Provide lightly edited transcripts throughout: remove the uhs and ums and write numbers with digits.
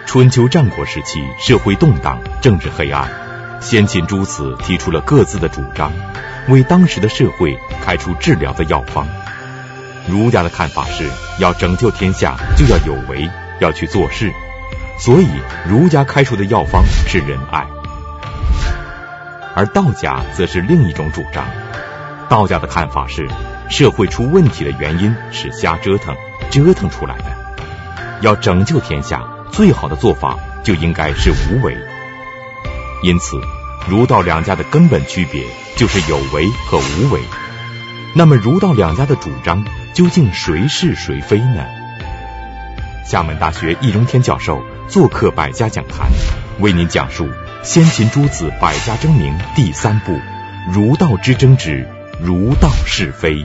春秋战国时期，社会动荡，政治黑暗，先秦诸子提出了各自的主张，为当时的社会开出治疗的药方。儒家的看法是，要拯救天下就要有为，要去做事，所以儒家开出的药方是仁爱。而道家则是另一种主张，道家的看法是，社会出问题的原因是瞎折腾，折腾出来的。要拯救天下，最好的做法就应该是无为。因此，儒道两家的根本区别就是有为和无为。那么儒道两家的主张究竟谁是谁非呢？厦门大学易中天教授做客百家讲坛，为您讲述先秦诸子百家争鸣第3部，儒道之争之儒道是非。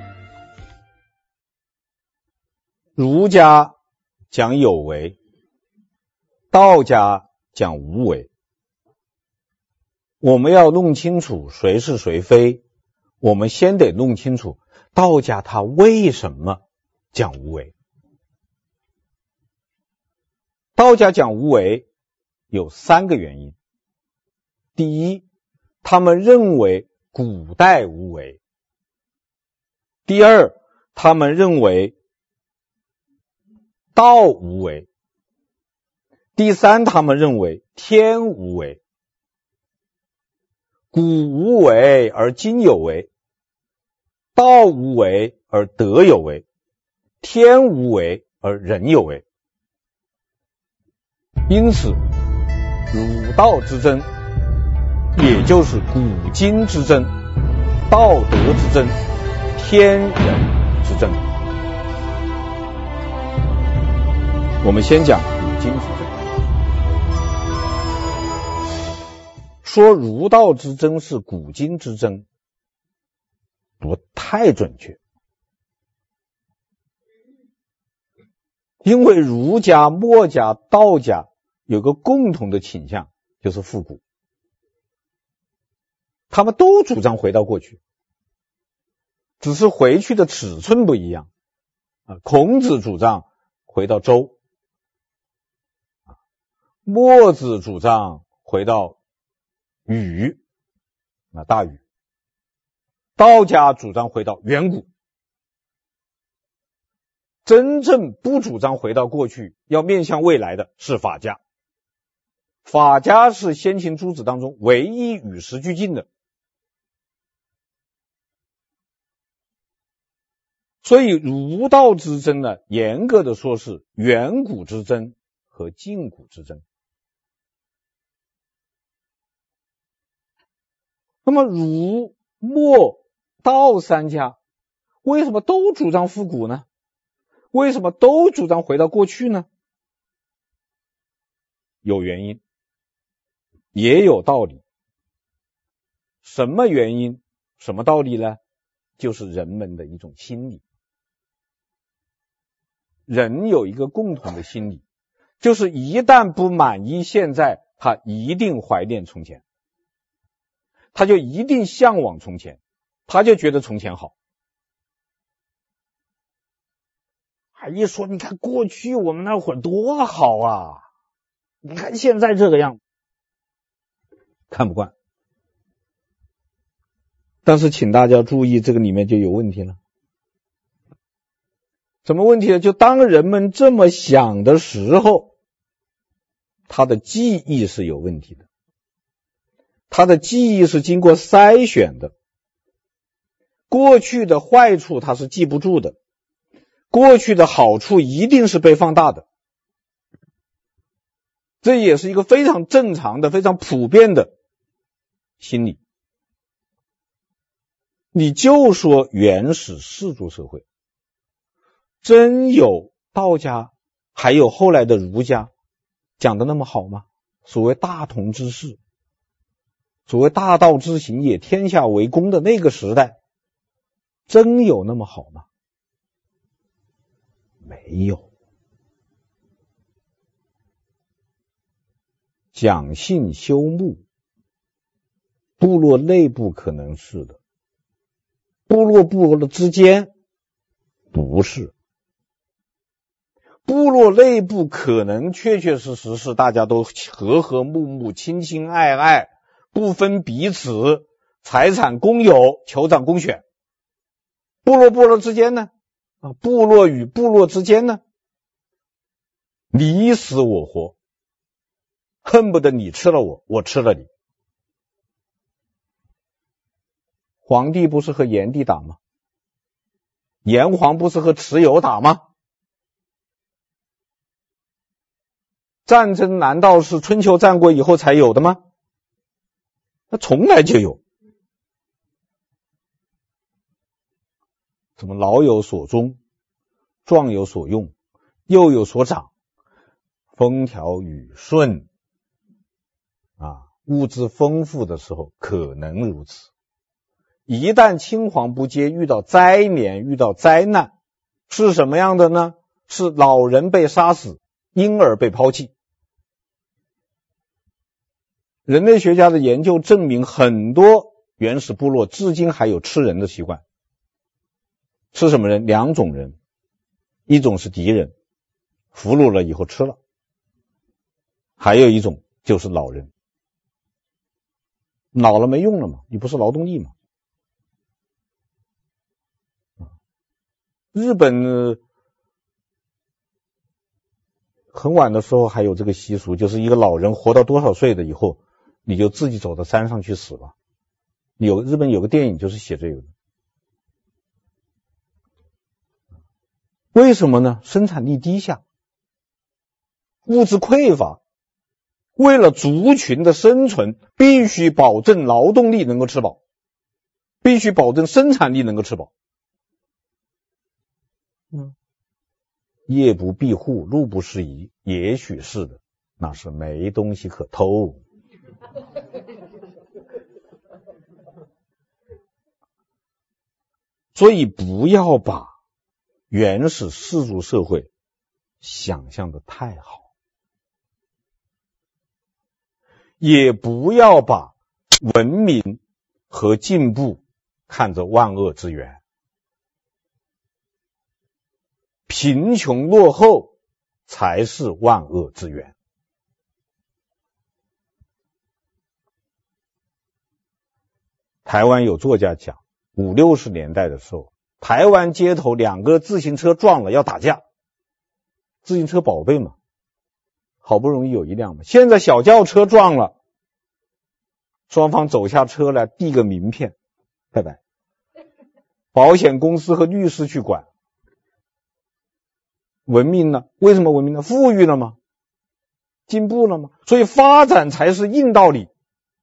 儒家讲有为，道家讲无为。我们要弄清楚谁是谁非，我们先得弄清楚道家它为什么讲无为。道家讲无为有3个原因。第一，他们认为古代无为。第二，他们认为道无为。第三，他们认为天无为。古无为而今有为，道无为而德有为，天无为而人有为。因此，儒道之争，也就是古今之争、道德之争、天人之争。我们先讲古今之争。说儒道之争是古今之争，不太准确。因为儒家、墨家、道家有个共同的倾向，就是复古。他们都主张回到过去，只是回去的尺寸不一样。孔子主张回到周，墨子主张回到禹，大禹。道家主张回到远古。真正不主张回到过去，要面向未来的是法家。法家是先秦诸子当中唯一与时俱进的。所以儒道之争呢，严格的说是远古之争和近古之争。那么儒、墨、道3家为什么都主张复古呢？为什么都主张回到过去呢？有原因，也有道理。什么原因？什么道理呢？就是人们的一种心理。人有一个共同的心理，就是一旦不满意现在，他一定怀念从前，他就一定向往从前，他就觉得从前好。一说你看过去我们那会儿多好啊，你看现在这个样子，看不惯。但是请大家注意，这个里面就有问题了。什么问题呢？就当人们这么想的时候，他的记忆是有问题的，他的记忆是经过筛选的，过去的坏处他是记不住的，过去的好处一定是被放大的。这也是一个非常正常的、非常普遍的心理。你就说原始氏族社会，真有道家还有后来的儒家讲的那么好吗？所谓大同之士，所谓大道之行也，天下为公的那个时代，真有那么好吗？没有。讲信修睦，部落内部可能是的，部落之间不是。 部落内部可能确确实实是大家都和和睦睦、亲亲爱爱，不分彼此，财产公有，酋长公选。部落之间呢？部落与部落之间呢？你死我活，恨不得你吃了我，我吃了你。皇帝不是和炎帝打吗？炎黄不是和蚩尤打吗？战争难道是春秋战国以后才有的吗？那从来就有。怎么老有所终，壮有所用，幼有所长，风调雨顺物资丰富的时候可能如此。一旦青黄不接，遇到灾年，遇到灾难，是什么样的呢？是老人被杀死，婴儿被抛弃。人类学家的研究证明，很多原始部落至今还有吃人的习惯。吃什么人？两种人，一种是敌人，俘虏了以后吃了，还有一种就是老人。老了没用了嘛，你不是劳动力嘛。日本很晚的时候还有这个习俗，就是一个老人活到多少岁的以后，你就自己走到山上去死吧。日本有个电影就是写这个的。为什么呢？生产力低下，物质匮乏，为了族群的生存，必须保证劳动力能够吃饱，必须保证生产力能够吃饱。夜不闭户，路不拾遗，也许是的，那是没东西可偷。所以不要把原始氏族社会想象的太好，也不要把文明和进步看作万恶之源。贫穷落后才是万恶之源。台湾有作家讲，50、60年代的时候，台湾街头两个自行车撞了要打架，自行车宝贝嘛，好不容易有一辆嘛，现在小轿车撞了，双方走下车来递个名片，拜拜，保险公司和律师去管。文明了，为什么文明了？富裕了吗？进步了吗？所以发展才是硬道理，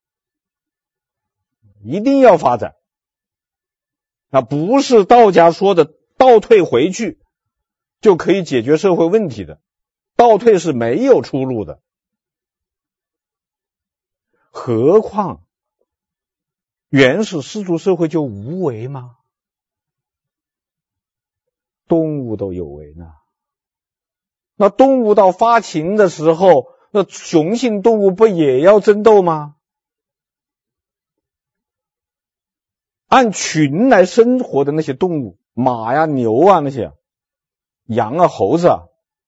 一定要发展。不是道家说的倒退回去就可以解决社会问题的，倒退是没有出路的。何况原始氏族社会就无为吗？动物都有为呢。那动物到发情的时候，那雄性动物不也要争斗吗？按群来生活的那些动物，马呀、牛啊那些，羊啊、猴子啊，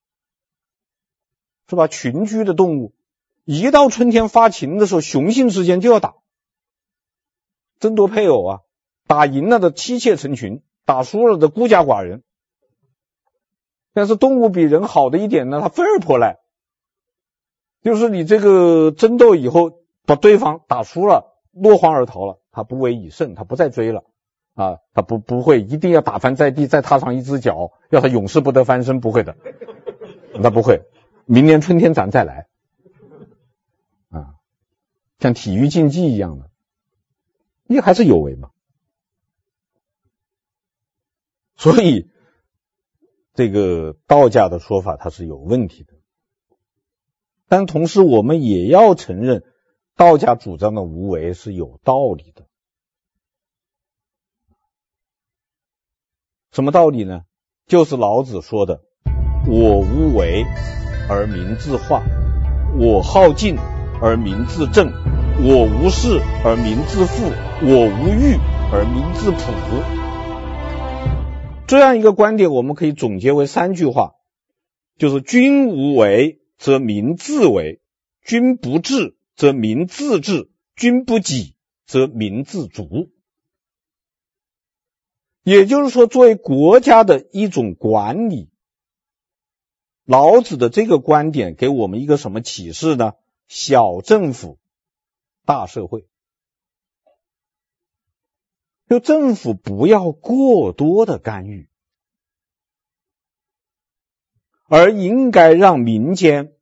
是吧？群居的动物，一到春天发情的时候，雄性之间就要打，争夺配偶啊，打赢了的妻妾成群，打输了的孤家寡人。但是动物比人好的一点呢，它分而舶来，就是你这个争斗以后把对方打输了，落荒而逃了，他不为已胜，他不再追了他不会一定要打翻在地再踏上一只脚，要他永世不得翻身，不会的，他不会，明年春天咱再来像体育竞技一样的，你还是有为嘛。所以这个道家的说法它是有问题的，但同时我们也要承认道家主张的无为是有道理的。什么道理呢？就是老子说的，我无为而民自化，我好静而民自正，我无事而民自富，我无欲而民自朴。这样一个观点我们可以总结为3句话。 就是君无为则民自为，君不治则民自治，君不己则民自主。也就是说，作为国家的一种管理，老子的这个观点给我们一个什么启示呢？小政府，大社会。就政府不要过多的干预，而应该让民间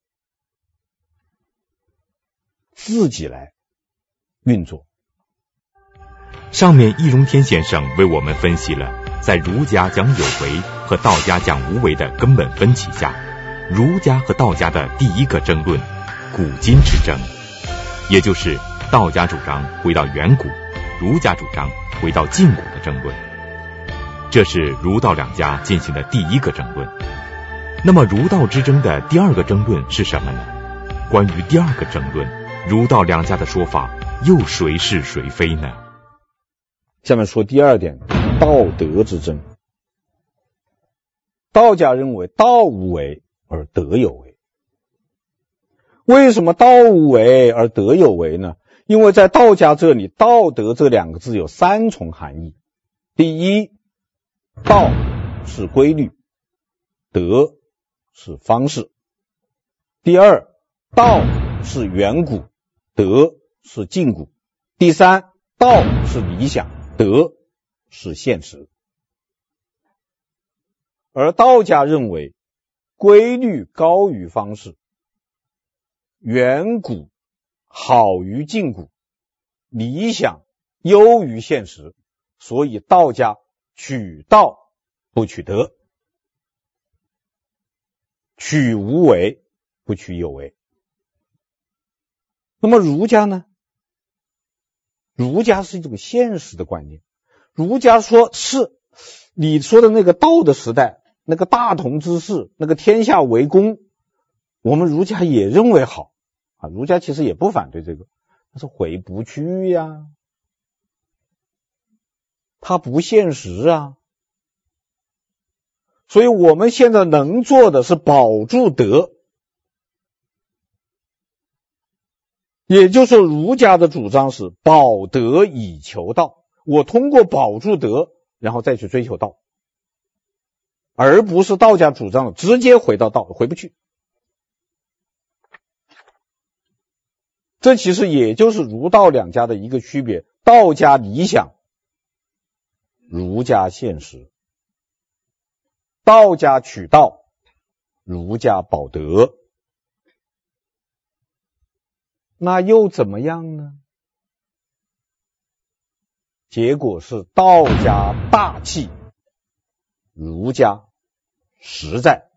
自己来运作。 上面易中天先生为我们分析了在儒家讲有为和道家讲无为的根本分歧下，儒家和道家的第一个争论，古今之争，也就是道家主张回到远古，儒家主张回到近古的争论。这是儒道两家进行的第一个争论。那么儒道之争的第二个争论是什么呢？关于第二个争论，儒道两家的说法又谁是谁非呢？ 下面说第二点，道德之争。道家认为道无为而德有为。为什么道无为而德有为呢？因为在道家这里，道德这两个字有三重含义。第一，道是规律，德是方式。第二，道是远古，德是近古。第三，道是理想，德是现实。而道家认为规律高于方式，远古好于近古，理想优于现实，所以道家取道不取德，取无为不取有为。那么儒家呢？儒家是一种现实的观念。儒家说是你说的那个道的时代，那个大同之世，那个天下为公，我们儒家也认为好啊，儒家其实也不反对这个，但是回不去呀，它不现实啊。所以我们现在能做的是保住德，也就是说儒家的主张是保德以求道，我通过保住德然后再去追求道，而不是道家主张的直接回到道，回不去。这其实也就是儒道两家的一个区别，道家理想，儒家现实。道家取道，儒家保德。那又怎么样呢？结果是道家大气，儒家实在。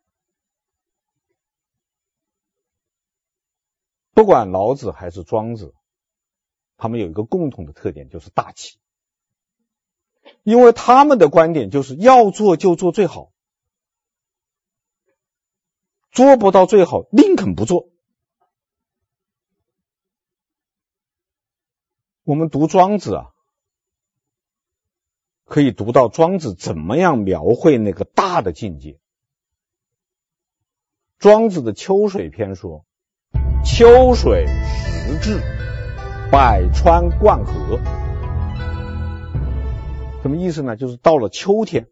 不管老子还是庄子，他们有一个共同的特点，就是大气。因为他们的观点就是要做就做最好，做不到最好宁肯不做。我们读庄子啊，可以读到庄子怎么样描绘那个大的境界。庄子的秋水篇说，秋水时至，百川贯河。什么意思呢？就是到了秋天，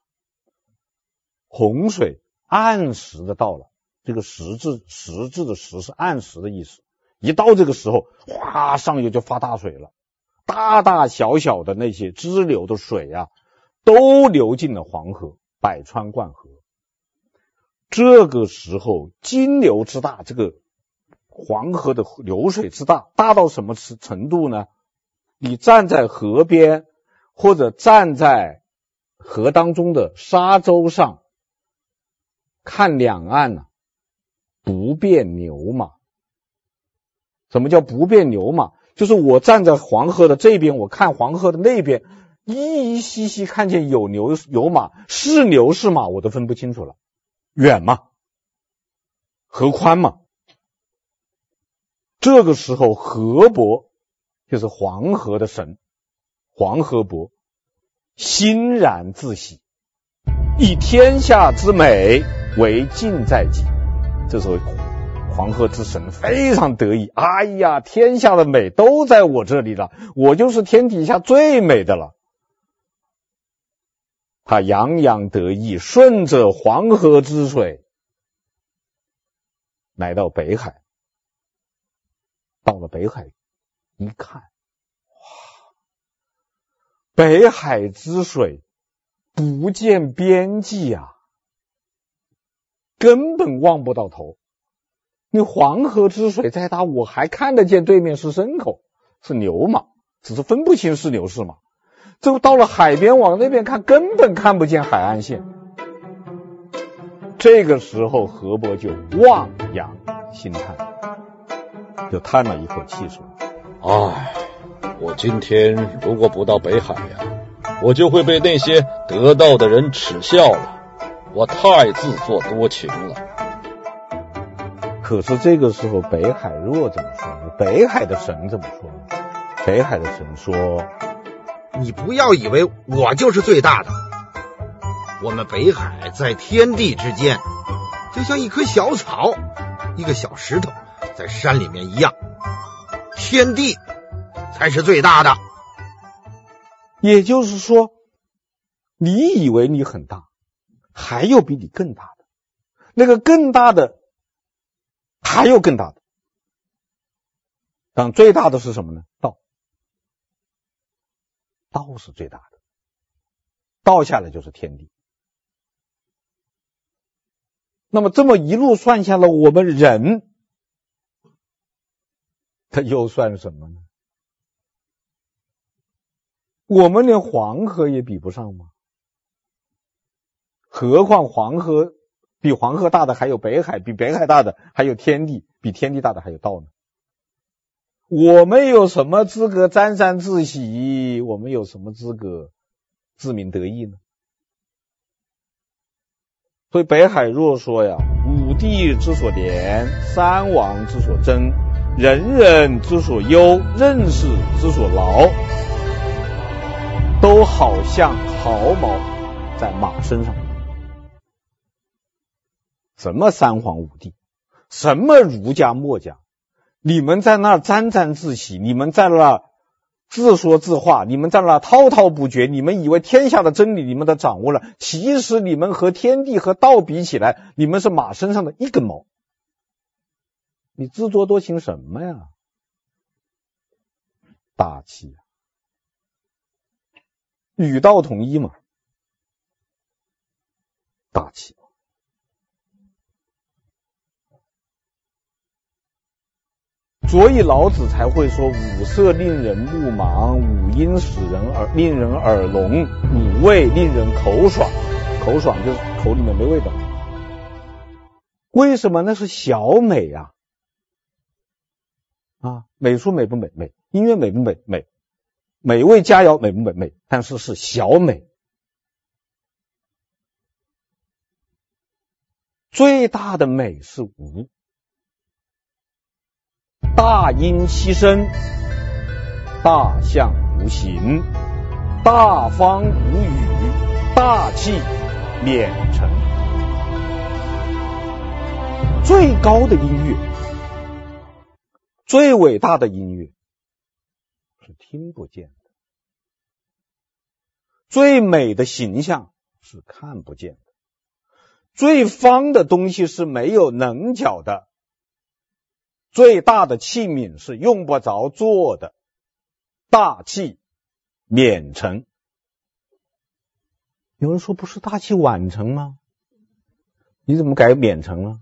洪水按时的到了，这个时至的时是按时的意思。一到这个时候，哗，上游就发大水了，大大小小的那些支流的水啊，都流进了黄河，百川贯河。这个时候金流之大，这个黄河的流水之大，大到什么程度呢？你站在河边，或者站在河当中的沙洲上，看两岸啊，不变牛马。什么叫不变牛马？就是我站在黄河的这边，我看黄河的那边，依稀稀看见有牛有马，是牛是马我都分不清楚了。远嘛，河宽嘛。这个时候河伯，就是黄河的神，黄河伯欣然自喜，以天下之美为尽在即。这时候黄河之神非常得意，哎呀，天下的美都在我这里了，我就是天底下最美的了。他洋洋得意，顺着黄河之水来到北海。到了北海一看，哇，北海之水不见边际啊，根本望不到头。你黄河之水再大，我还看得见对面是牲口，是牛马，只是分不清是牛是马。这到了海边往那边看，根本看不见海岸线。这个时候河伯就望洋兴叹，就叹了一口气说： 唉，我今天如果不到北海呀，我就会被那些得道的人耻笑了，我太自作多情了。 可是这个时候北海若怎么说呢？北海的神怎么说呢？北海的神说： 你不要以为我就是最大的，我们北海在天地之间，就像一棵小草，一个小石头在山里面一样，天地才是最大的。 也就是说，你以为你很大，还有比你更大的，那个更大的还有更大的。但最大的是什么呢？道。道是最大的，道下来就是天地。那么这么一路算下来，我们人他又算什么呢？我们连黄河也比不上吗？何况黄河比黄河大的还有北海，比北海大的还有天地，比天地大的还有道呢。我们有什么资格沾沾自喜？我们有什么资格自鸣得意呢？所以北海若说呀，五帝之所怜，三王之所争，人人之所忧，任士之所劳，都好像毫毛在马身上。什么三皇五帝，什么儒家墨家，你们在那儿沾沾自喜，你们在那儿自说自话，你们在那儿滔滔不绝，你们以为天下的真理你们都掌握了，其实你们和天地和道比起来，你们是马身上的一根毛。你自作多情什么呀？大气啊！与道统一嘛，大气。所以老子才会说五色令人目盲，五音令人耳聋，五味令人口爽。口爽就是口里面没味道。为什么？那是小美啊！美术美不美？美。音乐美不美？美。美味佳肴美不美？美。但是是小美。最大的美是无。大音希声，大象无形，大方无语，大器免成。最高的音乐，最伟大的音乐是听不见的，最美的形象是看不见的，最方的东西是没有棱角的，最大的器皿是用不着做的，大器免成。有人说不是大器晚成吗？你怎么改免成了？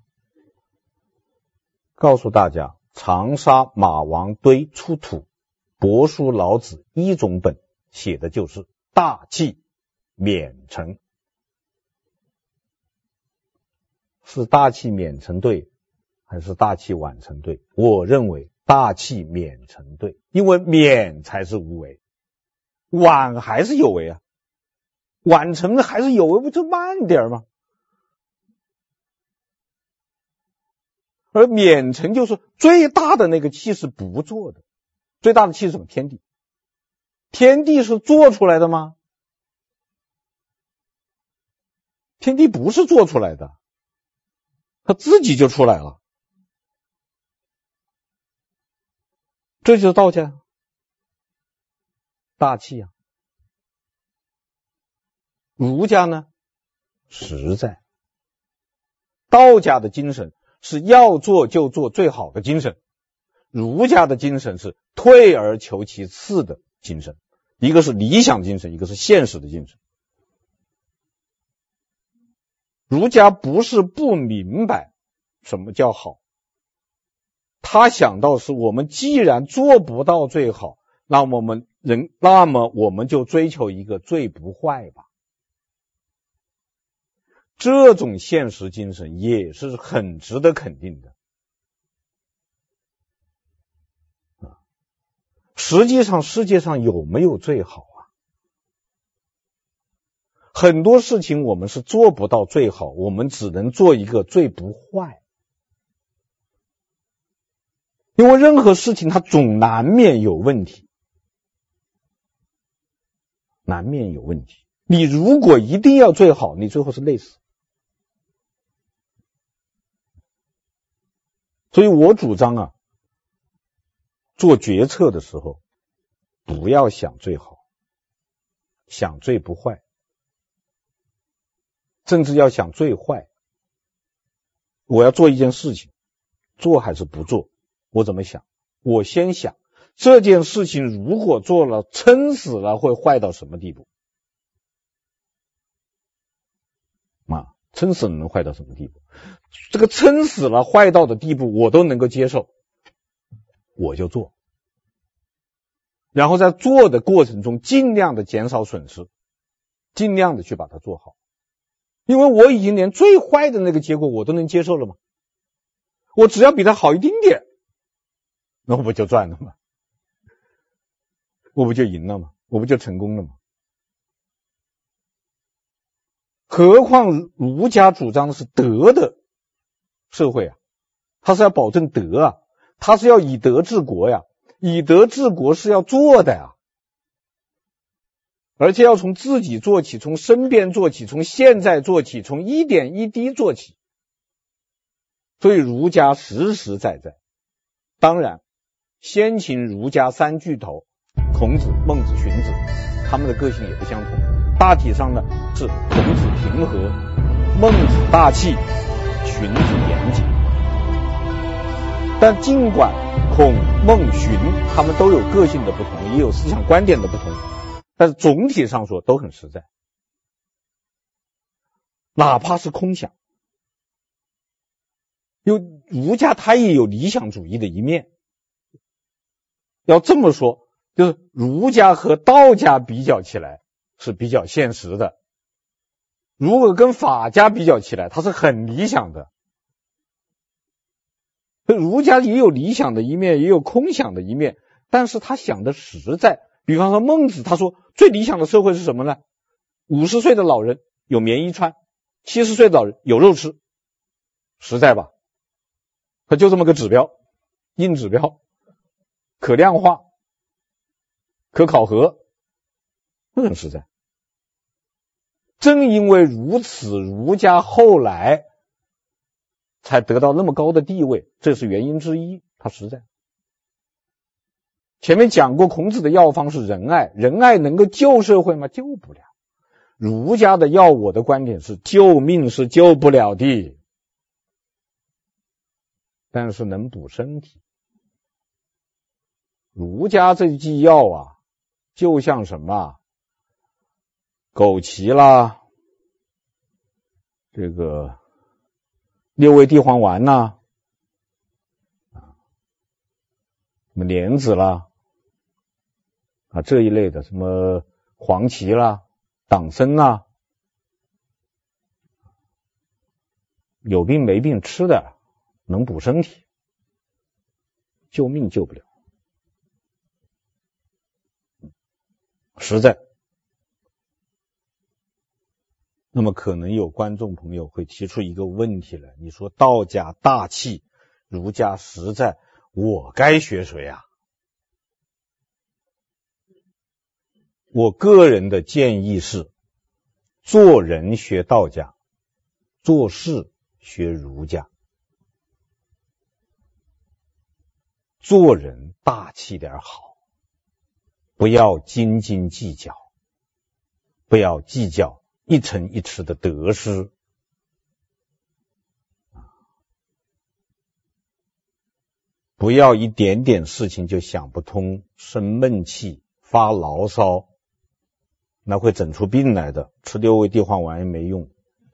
告诉大家，长沙马王堆出土帛书老子一种本，写的就是大器免成。是大器免成对还是大器晚成对？我认为大器免成对，因为免才是无为，晚还是有为啊，晚成还是有为，不就慢点吗？而免成就是最大的那个器是不做的，最大的器是什么？天地。天地是做出来的吗？天地不是做出来的， 它自己就出来了。这就是道家大气啊。儒家呢，实在。道家的精神是要做就做最好的精神，儒家的精神是退而求其次的精神，一个是理想精神，一个是现实的精神。儒家不是不明白什么叫好，他想到是我们既然做不到最好，那么我们就追求一个最不坏吧。这种现实精神也是很值得肯定的。实际上世界上有没有最好啊？很多事情我们是做不到最好，我们只能做一个最不坏。因为任何事情它总难免有问题，难免有问题。你如果一定要最好，你最后是累死。所以我主张啊，做决策的时候不要想最好，想最不坏，甚至要想最坏。我要做一件事情，做还是不做，我怎么想？我先想这件事情如果做了撑死了会坏到什么地步啊？撑死了能坏到什么地步？这个撑死了坏到的地步我都能够接受，我就做。然后在做的过程中尽量的减少损失，尽量的去把它做好。因为我已经连最坏的那个结果我都能接受了嘛，我只要比它好一丁点，那我不就赚了吗？我不就赢了吗？我不就成功了吗？何况儒家主张的是德的社会啊，他是要保证德啊，他是要以德治国呀，以德治国是要做的呀，而且要从自己做起，从身边做起，从现在做起，从一点一滴做起。所以儒家实实在在。当然先秦儒家三巨头孔子、孟子、荀子，他们的个性也不相同。大体上呢是孔子平和，孟子大气，荀子严谨。但尽管孔、孟、荀他们都有个性的不同，也有思想观点的不同，但是总体上说都很实在。哪怕是空想，因为儒家他也有理想主义的一面。要这么说，就是儒家和道家比较起来是比较现实的，如果跟法家比较起来，它是很理想的。儒家也有理想的一面，也有空想的一面，但是他想的实在。比方说孟子他说最理想的社会是什么呢？50岁的老人有棉衣穿，70岁的老人有肉吃，实在吧？他就这么个指标，硬指标，可量化，可考核，很实在。正因为如此，儒家后来才得到那么高的地位，这是原因之一，它实在。前面讲过孔子的药方是仁爱，仁爱能够救社会吗？救不了。儒家的药，我的观点是救命是救不了的，但是能补身体。儒家这剂药啊，就像什么枸杞啦，这个六味地黄丸呐，什么莲子啦，这一类的，什么黄芪啦、党参啦，有病没病吃的，能补身体，救命救不了，实在。那么可能有观众朋友会提出一个问题来，你说道家大气，儒家实在，我该学谁啊？我个人的建议是，做人学道家，做事学儒家。 做人大气点好，不要斤斤计较，不要计较一城一池的得失。不要一点点事情就想不通，生闷气，发牢骚，那会整出病来的，吃六味地黄丸也没用。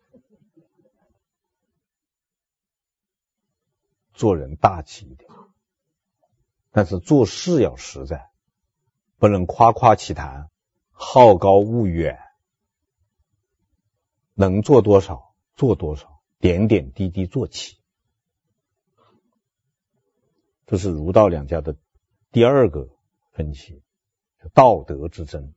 做人大气一点，但是做事要实在，不能夸夸其谈，好高骛远，能做多少做多少，点点滴滴做起。这是儒道两家的第二个分歧，道德之争。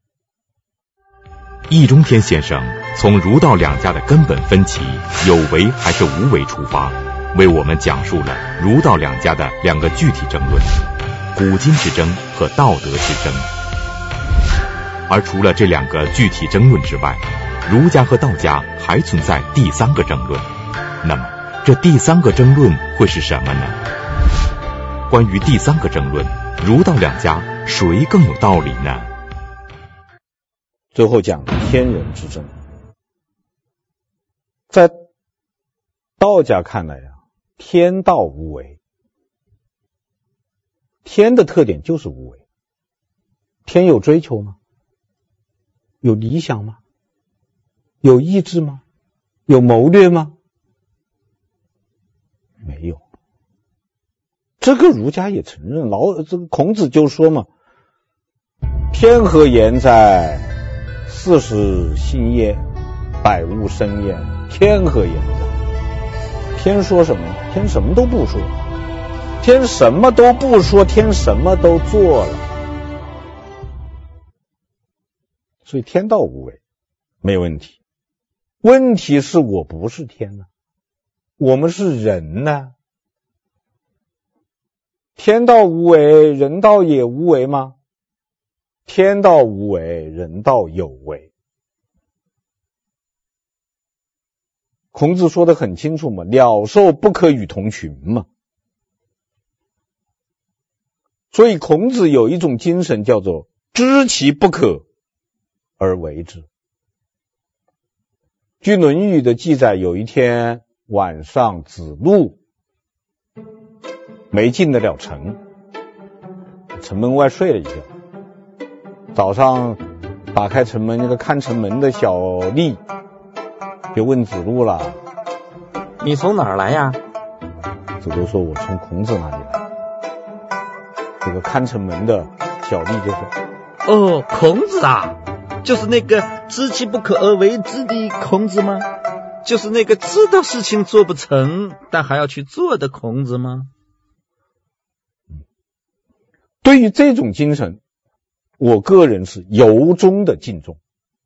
易中天先生从儒道两家的根本分歧有为还是无为出发，为我们讲述了儒道两家的两个具体争论，古今之争和道德之争。而除了这两个具体争论之外，儒家和道家还存在第三个争论。那么这第三个争论会是什么呢？关于第三个争论，儒道两家谁更有道理呢？ 最后讲天人之争。在道家看来呀，天道无为，天的特点就是无为。天有追求吗？有理想吗？有意志吗？有谋略吗？没有。这个儒家也承认，这个孔子就说嘛，天何言哉？四时兴焉，百物生焉。天何言哉？天说什么？天什么都不说。天什么都不说，天什么都做了。所以天道无为，没问题。问题是我不是天呢，我们是人呢。天道无为，人道也无为吗？天道无为，人道有为。孔子说得很清楚嘛，鸟兽不可与同群嘛。所以孔子有一种精神叫做知其不可而为之。据《论语》的记载，有一天晚上子路没进得了城，城门外睡了一觉。早上打开城门，那个看城门的小吏就问子路了：“ 你从哪儿来呀？” 子路说：“我从孔子那里来。”这个看城门的小吏就说：“ 哦，孔子啊，就是那个知其不可而为之的孔子吗？就是那个知道事情做不成，但还要去做的孔子吗？” 对于这种精神，我个人是由衷的敬重。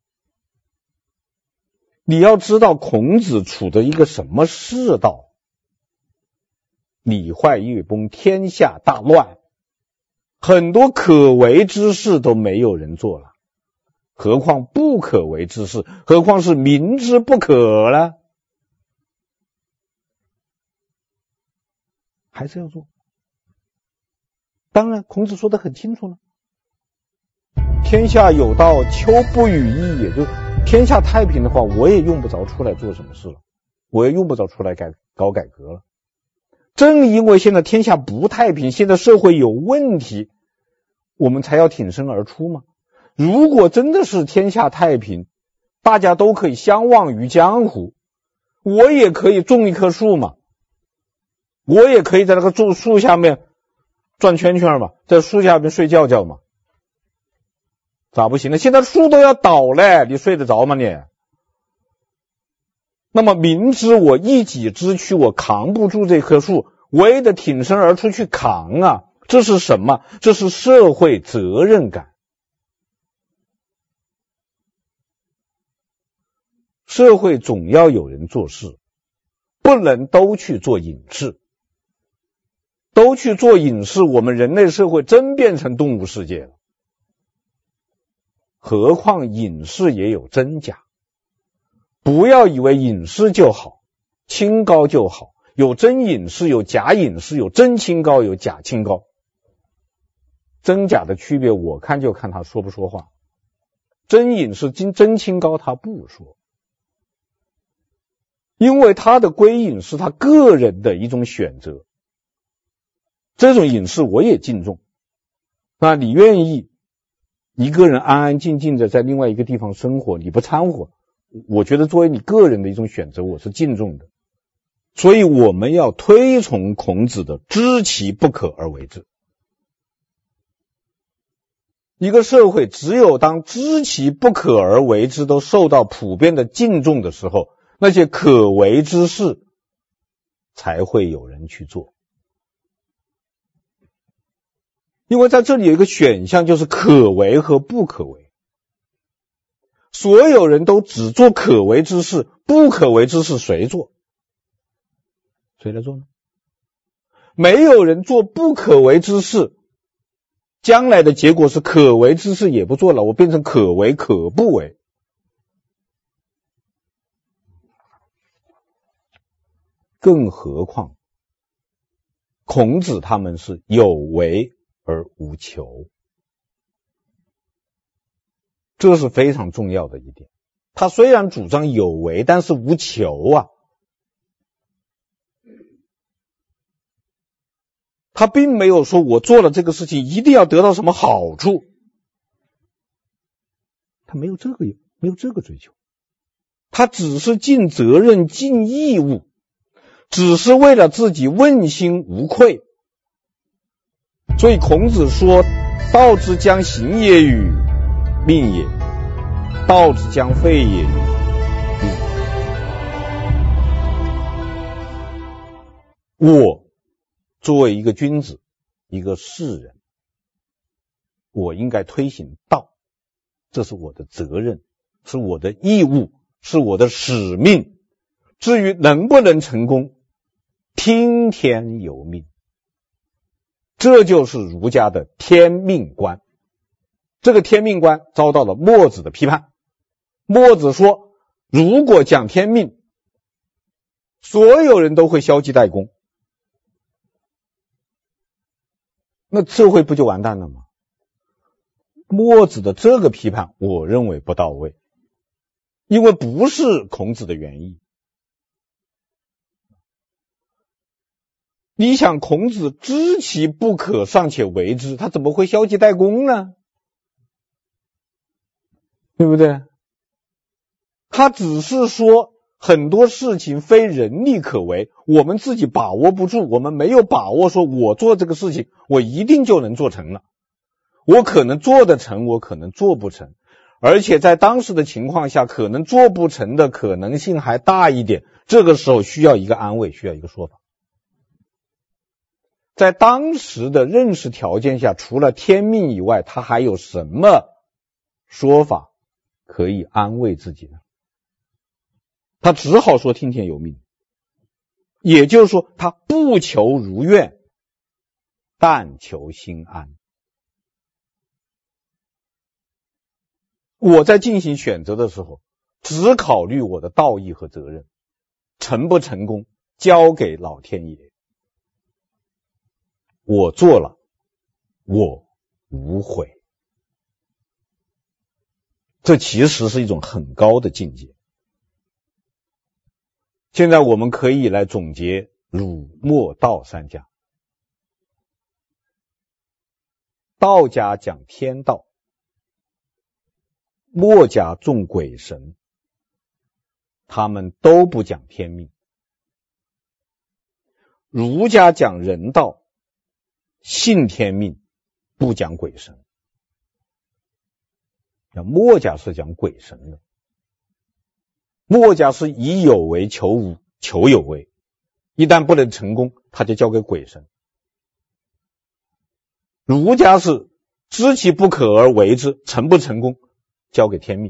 你要知道孔子处的一个什么世道，礼坏乐崩，天下大乱，很多可为之事都没有人做了，何况不可为之事，何况是明知不可了，还是要做。当然孔子说得很清楚了，天下有道，丘不与义也，就天下太平的话，我也用不着出来做什么事了，我也用不着出来搞改革了。正因为现在天下不太平，现在社会有问题，我们才要挺身而出嘛。如果真的是天下太平，大家都可以相忘于江湖，我也可以种一棵树嘛，我也可以在那个树下面转圈圈嘛，在树下面睡觉觉嘛，咋不行呢？现在树都要倒了，你睡得着吗你？那么明知我一己之躯我扛不住这棵树，我也得挺身而出去扛啊，这是什么？这是社会责任感。社会总要有人做事，不能都去做隐士。都去做隐士，我们人类社会真变成动物世界了。何况隐士也有真假，不要以为隐士就好，清高就好， 有真隐士，有假隐士，有真清高，有假清高。真假的区别，我看就看他说不说话。真隐士、真清高他不说，因为他的归隐是他个人的一种选择。这种隐士我也敬重。那你愿意一个人安安静静的在另外一个地方生活，你不掺和，我觉得作为你个人的一种选择，我是敬重的。所以我们要推崇孔子的知其不可而为之。一个社会只有当知其不可而为之都受到普遍的敬重的时候，那些可为之事才会有人去做。因为在这里有一个选项，就是可为和不可为。所有人都只做可为之事，不可为之事谁做？谁来做呢？没有人做不可为之事，将来的结果是可为之事也不做了，我变成可为可不为。更何况孔子他们是有为而无求，这是非常重要的一点。他虽然主张有为，但是无求啊。他并没有说我做了这个事情一定要得到什么好处，他没有这个追求，他只是尽责任尽义务，只是为了自己问心无愧。所以孔子说，道之将行也与？命也。道之将废也与？命。我作为一个君子，一个士人，我应该推行道，这是我的责任，是我的义务，是我的使命。至于能不能成功，听天由命。这就是儒家的天命观。这个天命观遭到了墨子的批判。墨子说，如果讲天命，所有人都会消极怠工，那社会不就完蛋了吗？墨子的这个批判我认为不到位，因为不是孔子的原意。你想，孔子知其不可尚且为之，他怎么会消极怠工呢？对不对？他只是说很多事情非人力可为，我们自己把握不住，我们没有把握说我做这个事情我一定就能做成了，我可能做得成，我可能做不成，而且在当时的情况下可能做不成的可能性还大一点，这个时候需要一个安慰，需要一个说法。在当时的认识条件下，除了天命以外，他还有什么说法可以安慰自己呢？他只好说听天由命，也就是说他不求如愿，但求心安。我在进行选择的时候，只考虑我的道义和责任，成不成功交给老天爷。我做了，我无悔。这其实是一种很高的境界。现在我们可以来总结儒、墨、道三家。道家讲天道，墨家重鬼神，他们都不讲天命。儒家讲人道，信天命，不讲鬼神。墨家是讲鬼神的，墨家是以有为求无，求有为，一旦不能成功，他就交给鬼神。儒家是知其不可而为之，成不成功交给天命。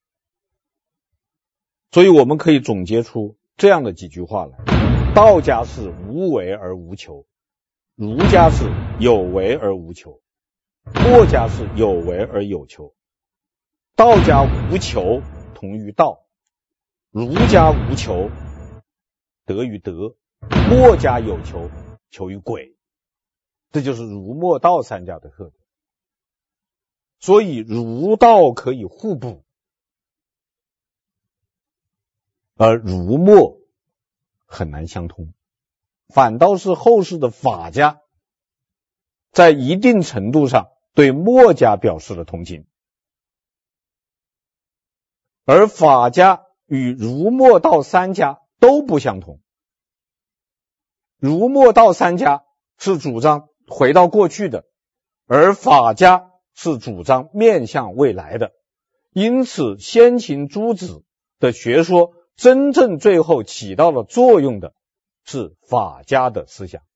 所以我们可以总结出这样的几句话来：道家是无为而无求，儒家是有为而无求，墨家是有为而有求。道家无求同于道，儒家无求得于德， 墨家有求，求于鬼，这就是儒墨道三家的特点。所以儒道可以互补，而儒墨很难相通，反倒是后世的法家在一定程度上对墨家表示了同情，而法家与儒墨道三家都不相同。儒墨道三家是主张回到过去的，而法家是主张面向未来的。因此先秦诸子的学说真正最后起到了作用的是法家的思想。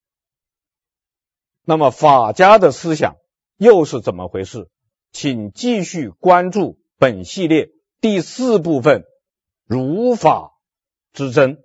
那么法家的思想又是怎么回事？请继续关注本系列第4部分儒法之争。